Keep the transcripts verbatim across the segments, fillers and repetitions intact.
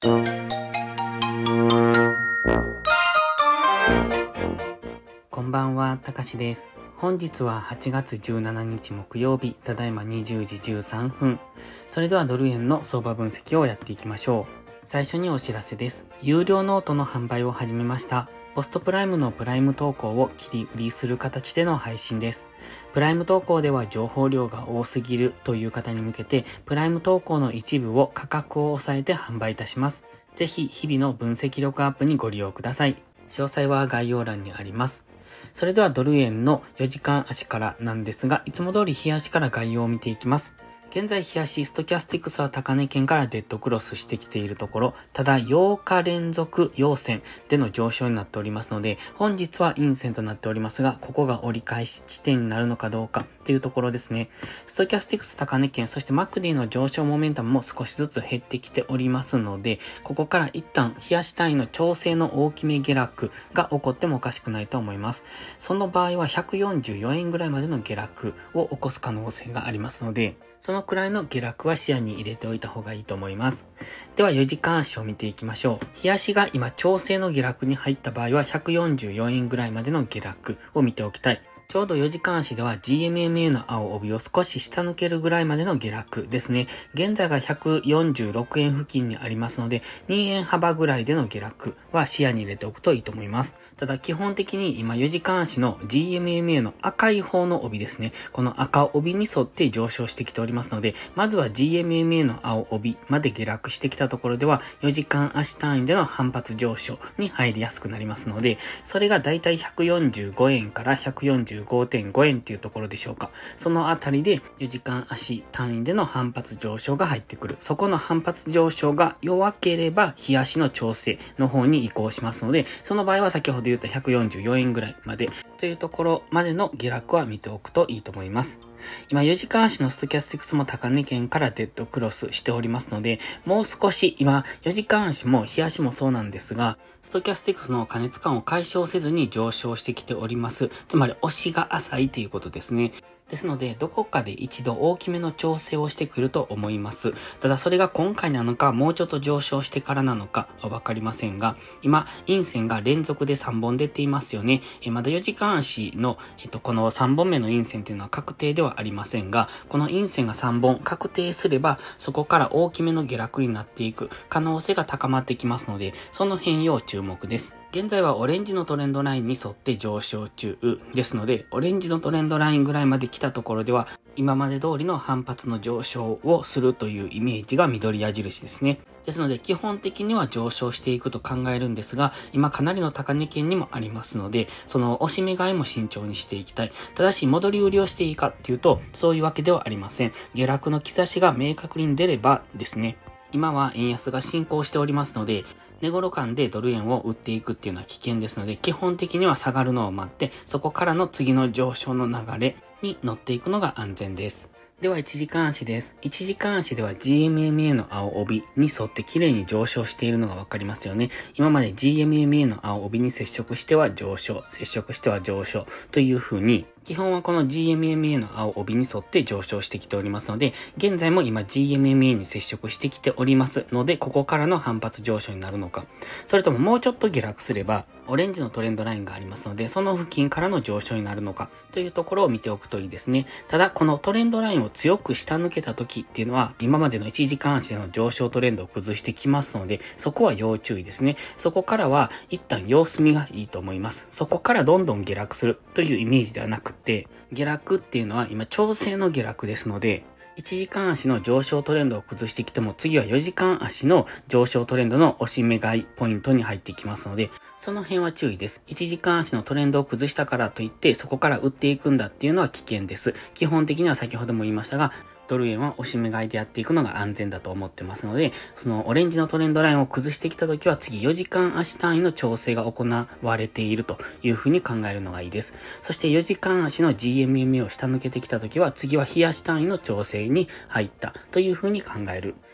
こんばんは、たかしです。本日ははちがつじゅうしちにち木曜日、ただいまにじゅうじじゅうさんぷん。それではドル円の相場分析をやっていきましょう。最初にお知らせです。有料ノートの販売を始めました。ポストプライムのプライム投稿を切り売りする形での配信です。プライム投稿では情報量が多すぎるという方に向けて、プライム投稿の一部を価格を抑えて販売いたします。ぜひ日々の分析力アップにご利用ください。詳細は概要欄にあります。それではドル円のよじかん足からなんですが、いつも通り日足から概要を見ていきます。現在日足ストキャスティクスは高値圏からデッドクロスしてきているところ、ただようか連続陽線での上昇になっておりますので、本日は陰線となっておりますが、ここが折り返し地点になるのかどうかというところですね。ストキャスティクス高値圏、そしてマクディの上昇モメンタムも少しずつ減ってきておりますので、ここから一旦日足単位の調整の大きめ下落が起こってもおかしくないと思います。その場合はひゃくよんじゅうよえんぐらいまでの下落を起こす可能性がありますので、そのくらいの下落は視野に入れておいた方がいいと思います。ではよじかん足を見ていきましょう。日足が今調整の下落に入った場合はひゃくよんじゅうよえんぐらいまでの下落を見ておきたい。ちょうどよじかん足では ジーエムエムエー の青帯を少し下抜けるぐらいまでの下落ですね。現在がひゃくよんじゅうろくえん付近にありますので、にえん幅ぐらいでの下落は視野に入れておくといいと思います。ただ基本的に今よじかん足の ジーエムエムエー の赤い方の帯ですね。この赤帯に沿って上昇してきておりますので、まずは ジーエムエムエー の青帯まで下落してきたところでは、よじかん足単位での反発上昇に入りやすくなりますので、それがだいたいひゃくよんじゅうごえんからひゃくよんじゅうごてんごえんっていうところでしょうか。そのあたりでよじかん足単位での反発上昇が入ってくる。そこの反発上昇が弱ければ日足の調整の方に移行しますので、その場合は先ほど言ったひゃくよんじゅうよえんぐらいまでというところまでの下落は見ておくといいと思います。今よじかん足のストキャスティクスも高値圏からデッドクロスしておりますので、もう少し今よじかん足も日足もそうなんですが、ストキャスティクスの過熱感を解消せずに上昇してきております。つまり押しが浅いということですね。ですので、どこかで一度大きめの調整をしてくると思います。ただそれが今回なのか、もうちょっと上昇してからなのかはわかりませんが、今、陰線が連続でさんぼん出ていますよね。えまだよじかん足の、えっと、このさんぼんめの陰線っていうのは確定ではありませんが、この陰線がさんぼん確定すれば、そこから大きめの下落になっていく可能性が高まってきますので、その辺要注目です。現在はオレンジのトレンドラインに沿って上昇中ですので、オレンジのトレンドラインぐらいまで来たところでは、今まで通りの反発の上昇をするというイメージが緑矢印ですね。ですので基本的には上昇していくと考えるんですが、今かなりの高値圏にもありますので、その押し目買いも慎重にしていきたい。ただし戻り売りをしていいかっていうと、そういうわけではありません。下落の兆しが明確に出ればですね、今は円安が進行しておりますので、値頃感でドル円を売っていくっていうのは危険ですので、基本的には下がるのを待って、そこからの次の上昇の流れに乗っていくのが安全です。ではいちじかん足です。いちじかん足では ジーエムエムエー の青帯に沿って綺麗に上昇しているのがわかりますよね。今まで ジーエムエムエー の青帯に接触しては上昇、接触しては上昇という風に、基本はこの ジーエムエムエー の青帯に沿って上昇してきておりますので、現在も今 ジーエムエムエー に接触してきておりますので、ここからの反発上昇になるのか、それとももうちょっと下落すれば、オレンジのトレンドラインがありますので、その付近からの上昇になるのかというところを見ておくといいですね。ただ、このトレンドラインを強く下抜けた時っていうのは、今までのいちじかん足での上昇トレンドを崩してきますので、そこは要注意ですね。そこからは一旦様子見がいいと思います。そこからどんどん下落するというイメージではなくて、下落っていうのは今調整の下落ですので、いちじかん足の上昇トレンドを崩してきても、次はよじかん足の上昇トレンドの押し目買いポイントに入ってきますので、その辺は注意です。いちじかん足のトレンドを崩したからといって、そこから売っていくんだっていうのは危険です。基本的には先ほども言いましたが、ドル円は押し目買いでやっていくのが安全だと思ってますので、そのオレンジのトレンドラインを崩してきたときは次よじかん足単位の調整が行われているというふうに考えるのがいいです。そしてよじかん足の ジーエムエムエー を下抜けてきたときは次は日足単位の調整に入ったというふうに考える。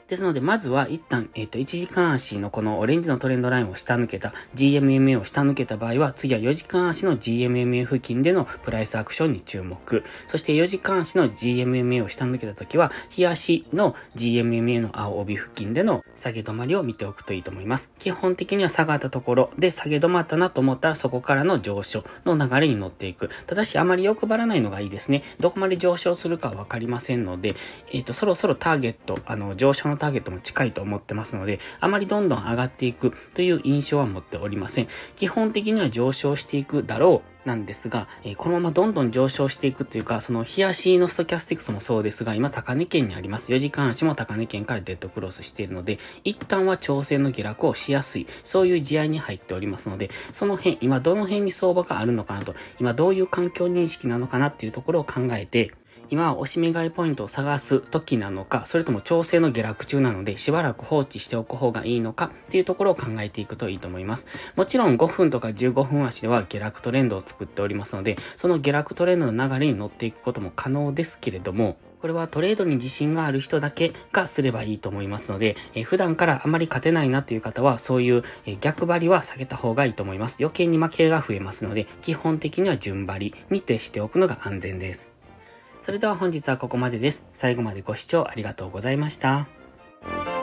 ですので、まずは一旦、えっと、いちじかん足のこのオレンジのトレンドラインを下抜けた、ジーエムエムエー を下抜けた場合は、次はよじかん足の ジーエムエムエー 付近でのプライスアクションに注目。そしてよじかん足の ジーエムエムエー を下抜けたときは、日足の ジーエムエムエー の青帯付近での下げ止まりを見ておくといいと思います。基本的には下がったところで下げ止まったなと思ったら、そこからの上昇の流れに乗っていく。ただし、あまり欲張らないのがいいですね。どこまで上昇するかわかりませんので、えっと、そろそろターゲット、あの、上昇のターゲットも近いと思ってますので、あまりどんどん上がっていくという印象は持っておりません。基本的には上昇していくだろうなんですが、えー、このままどんどん上昇していくというか、その日足のストキャスティクスもそうですが、今高値圏にあります。よじかん足も高値圏からデッドクロスしているので、一旦は調整の下落をしやすい、そういう試合に入っておりますので、その辺、今どの辺に相場があるのかなと、今どういう環境認識なのかなっていうところを考えて、今は押し目買いポイントを探す時なのか、それとも調整の下落中なのでしばらく放置しておく方がいいのかっていうところを考えていくといいと思います。もちろんごふんとかじゅうごふん足では下落トレンドを作っておりますので、その下落トレンドの流れに乗っていくことも可能ですけれども、これはトレードに自信がある人だけがすればいいと思いますので、えー、普段からあまり勝てないなという方は、そういう、えー、逆張りは避けた方がいいと思います。余計に負けが増えますので、基本的には順張りに徹しておくのが安全です。それでは本日はここまでです。最後までご視聴ありがとうございました。